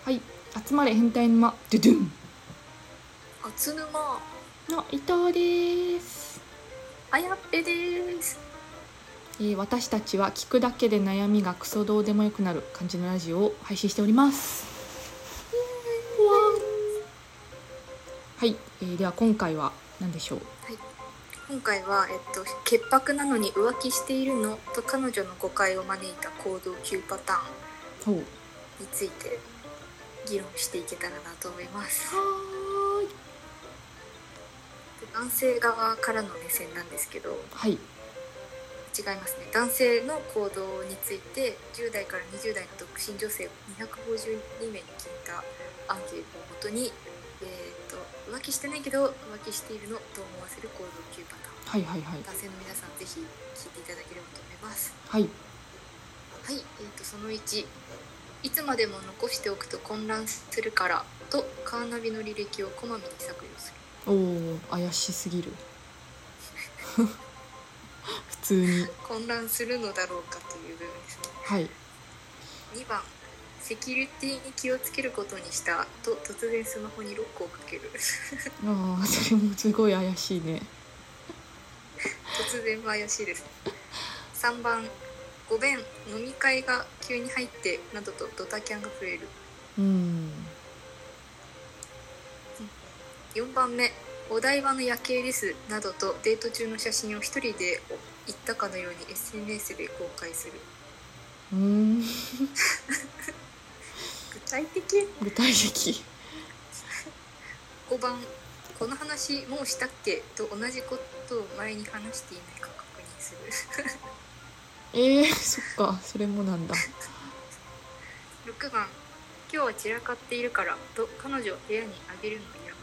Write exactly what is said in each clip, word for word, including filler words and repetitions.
はい、集まれ変態沼ドゥドゥン。 あつぬまの伊藤です。 あやっぺです、 えー、私たちは聞くだけで悩みがクソどうでもよくなる感じのラジオを配信しております。はい、えー、では今回は何でしょう。 はい、今回は、えっと、潔白なのに浮気しているのと彼女の誤解を招いた行動きゅうパターンについて議論していけたらなと思います。 はーい。 男性側からの目線なんですけど、 はい、 違いますね。男性の行動についてじゅう代からにじゅう代の独身女性にひゃくごじゅうにめいに聞いたアンケートをもとに、えー、と浮気してないけど浮気しているのと思わせる行動きゅうパターン、 はいはいはい、 男性の皆さんぜひ聞いていただければと思います。 はい、 はい、えー、とそのいち、いつまでも残しておくと混乱するからとカーナビの履歴をこまめに削除する。 おー、怪しすぎる普通に混乱するのだろうかという部分ですね。 はい。 にばん、セキュリティに気をつけることにしたと突然スマホにロックをかけるああ、それもすごい怪しいね。 突然は怪しいです。さんばん、ごべん、飲み会が急に入ってなどとドタキャンが増える。 うん。 よんばんめ、お台場の夜景ですなどとデート中の写真を一人で行ったかのように エスエヌエス で公開する。 うーん具体的。 具体的。 ごばん、この話もうしたっけと同じことを前に話していないか確認するえー、そっか、それもなんだ。 ろくばん、今日は散らかっているからと彼女を部屋にあげるのを嫌がる。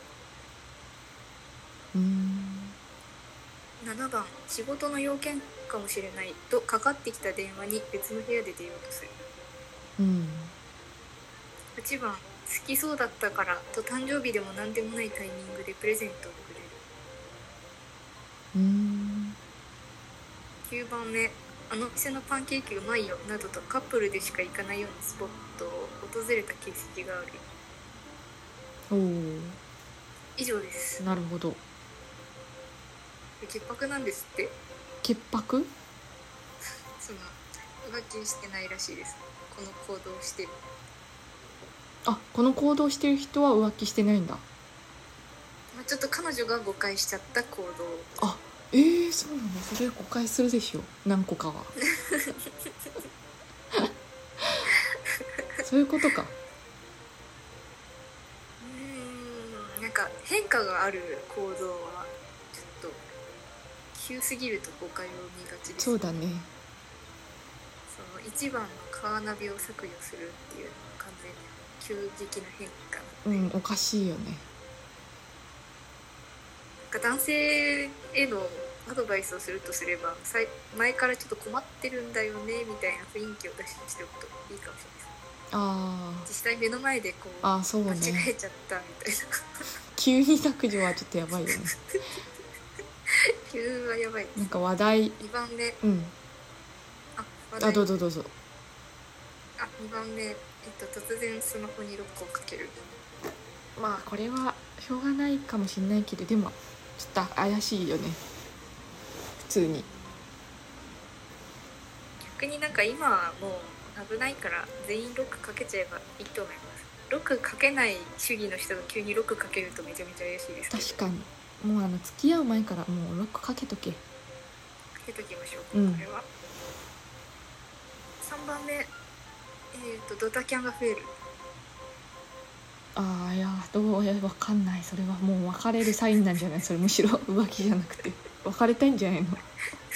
うーん。 ななばん、仕事の要件かもしれないとかかってきた電話に別の部屋で出ようとする。 うん。 はちばん、好きそうだったからと誕生日でも何でもないタイミングでプレゼントをくれる。 うーん。 きゅうばんめ、あの店のパンケーキうまいよなどとカップルでしか行かないようなスポットを訪れた形跡がある。 おー、 以上です。 なるほど。 潔白なんですって。 潔白？ その浮気してないらしいです。この行動をしてる。 あ、この行動してる人は浮気してないんだ。 まあ、ちょっと彼女が誤解しちゃった行動。 あ、えー、そうなんだ。それ誤解するでしょ、何個かはそういうことか。 うーん、なんか変化がある行動はちょっと急すぎると誤解を生みがちです。 そうだね。 そのいちばんのカーナビを削除するっていうのは完全に急激な変化なので、 うん、おかしいよね。 なんか男性へのアドバイスをするとすれば、前からちょっと困ってるんだよねみたいな雰囲気を出ししておくといいかもしれないです。 ああ、 実際目の前でこうあ、そうね、 間違えちゃったみたいな急に削除はちょっとやばいよね急はやばいです。 なんか話題。 にばんめ、 うん、 あ、話題あ、どうぞどうぞ。 あ、にばんめ、えっと、突然スマホにロックをかける。 まあこれはしょうがないかもしれないけど、でもちょっと怪しいよね、普通に。 逆になんか今はもう危ないから全員ロックかけちゃえばいいと思います。ロックかけない主義の人が急にロックかけるとめちゃめちゃ怪しいですけど。 確かに、もうあの付き合う前からもうロックかけとけ。 かけときましょう、 うん、 これは。さんばんめ、えーとドタキャンが増える。 ああ、いやどうやわかんない。それはもう別れるサインなんじゃない？それむしろ浮気じゃなくて別れたいんじゃないの？ こ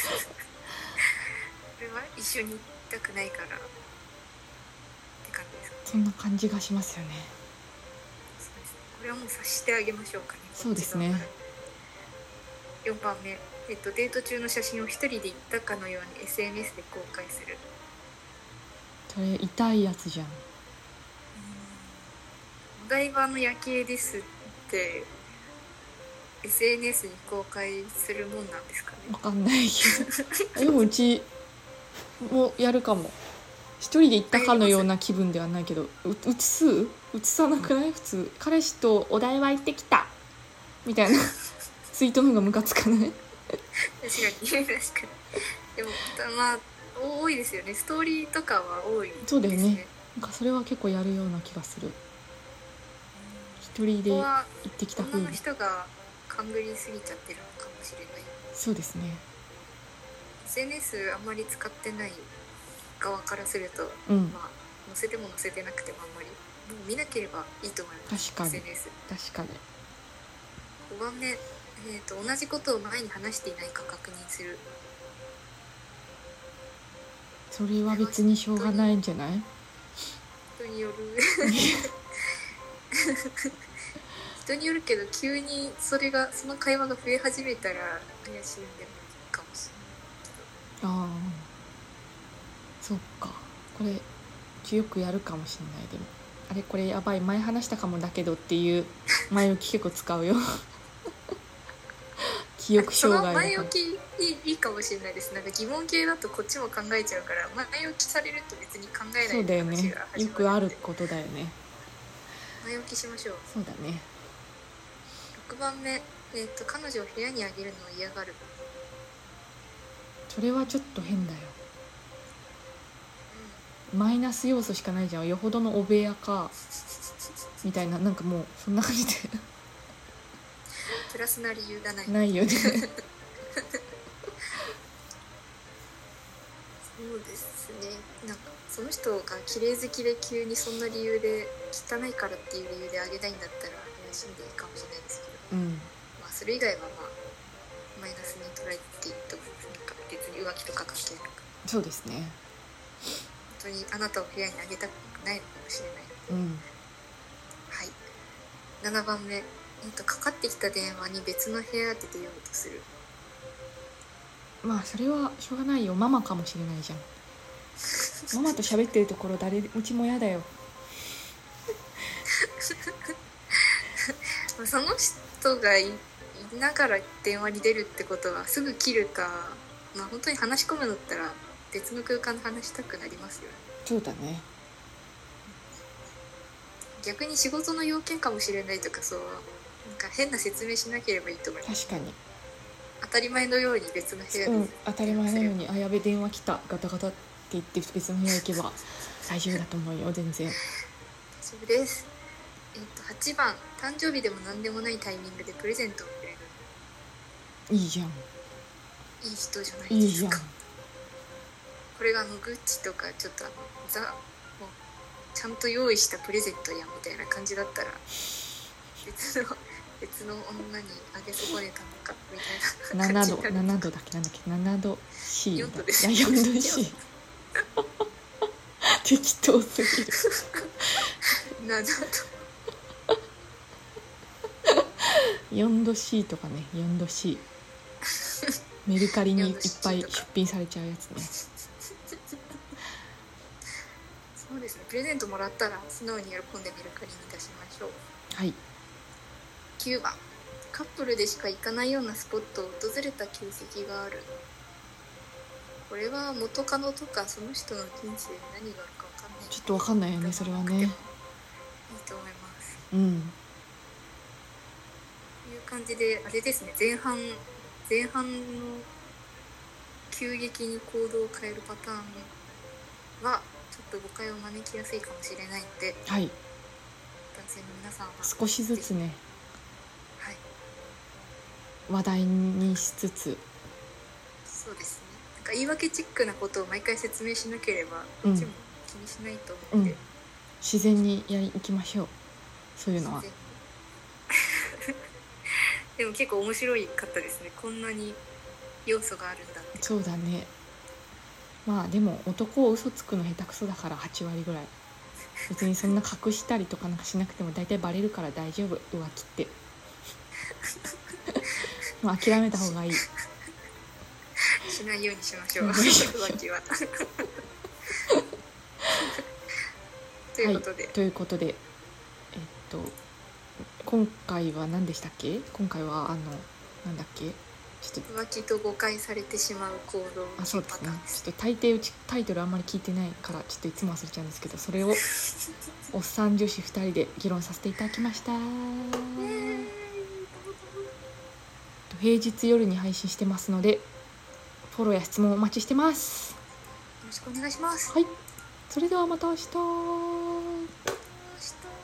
れは一緒に行きたくないからって感じですかね。 そんな感じがしますよね。 そうですね、これはもう察してあげましょうかね。 そうですね。 よんばんめ、えっと、デート中の写真を一人で行ったかのように エスエヌエス で公開する。 それ痛いやつじゃん。 お台場の夜景ですって エスエヌエス に公開するもんなんですかね。 わかんないけどでもうちもやるかも。 一人で行ったかのような気分ではないけど、う映す映さなくない？普通彼氏とお台場行ってきたみたいなツイートの方がムカつかない？ 確かに確かに。でもまあ多いですよね、ストーリーとかは多いですね。 そうだよね、なんかそれは結構やるような気がする。一人で行ってきた風に。 女の人が勘ぐりすぎちゃってるのかもしれない。 そうですね。 エスエヌエス あんまり使ってない側からすると、 うん、 まあ載せても載せてなくてもあんまりもう見なければいいと思います。 確かにエスエヌエス確かに。 ごばんめ、えーと、同じことを前に話していないか確認する。 それは別にしょうがないんじゃない？ 人による人によるけど、急にそれがその会話が増え始めたら怪しいんでもいいかもしれないけど。 ああ、そっか。これよくやるかもしれない。でもあれこれやばい、前話したかもだけどっていう前置き結構使うよ記憶障害だから。 その前置きいい、いいかもしれないです。なんか疑問系だとこっちも考えちゃうから、前置きされると別に考えない。 そうだよね、よくあることだよね。 前置きしましょう。 そうだね。 ろくばんめ、えーと、彼女を部屋にあげるのを嫌がる。 それはちょっと変だよ、うん、マイナス要素しかないじゃん。よほどのお部屋かみたいな、なんかもうそんな感じでプラスな理由がないないよねそうですね。なんかその人が綺麗好きで急にそんな理由で、汚いからっていう理由であげたいんだったら怪しんでいいかもしれないですけど、 うん、 まあそれ以外はまあマイナスに捉えていいと思います。なんか別に浮気とか関係なく。 そうですね。 本当にあなたを部屋にあげたくないのかもしれないので、 うん、 はい。ななばんめ、えっと、かかってきた電話に別の部屋で出ようとする。 まあそれはしょうがないよ、ママかもしれないじゃんママと喋ってるところ誰うちも嫌だよその人が い, いながら電話に出るってことはすぐ切るか、まあ本当に話し込むんだったら別の空間で話したくなりますよね。 そうだね。 逆に仕事の要件かもしれないとか、そうなんか変な説明しなければいいと思います。 確かに当たり前のように別の部屋で、 うん、当たり前のように、あやべ電話来たガタガタって言って別の部屋行けば大丈夫だと思うよ。全然大丈夫です。えっとはちばん、誕生日でも何でもないタイミングでプレゼントをくれる。 いいじゃん、 いい人じゃないですか。 いいじゃん。 これがあのグッチとかちょっとあのザもうちゃんと用意したプレゼントやみたいな感じだったら別の別の女にあげ損ねたのかみたいな感じになる。 ななどななどだっけ、なんだっけ、ななど C よんどです。 いやよんど C 適当すぎるななどよんど C とかね、よんど C メルカリにいっぱい出品されちゃうやつねそうですね、プレゼントもらったら素直に喜んでメルカリに出しましょう。 はい。 きゅうばん、カップルでしか行かないようなスポットを訪れた形跡がある。これは元カノとかその人の人生で何があるか分かんない。 ちょっと分かんないよね、それはね。いいと思います。 うん。こういう感じであれですね、前半前半の急激に行動を変えるパターンはちょっと誤解を招きやすいかもしれないので、 はい、 男性の皆さんは少しずつね、 はい、 話題にしつつ、 そうですね、なんか言い訳チックなことを毎回説明しなければこっちも気にしないと思って、うん、 自然にやりいきましょう、そういうのは。 でも結構面白いかったですね、こんなに要素があるんだって。 そうだね。まあでも男を嘘つくの下手くそだからはちわりぐらい、別にそんな隠したりとかなんかしなくても大体バレるから大丈夫、浮気ってもう諦めた方がいい。しないようにしましょう浮気はということで、 はい、ということでえっと今回は何でしたっけ。今回はあのなんだっけちょっと浮気と誤解されてしまう行動あそうですねパターンですちょっと大抵うちタイトルあんまり聞いてないからちょっといつも忘れちゃうんですけど、それをおっさん女子ふたりで議論させていただきました。平日夜に配信してますのでフォローや質問お待ちしてます。 よろしくお願いします。 はい、それではまた明日。 明日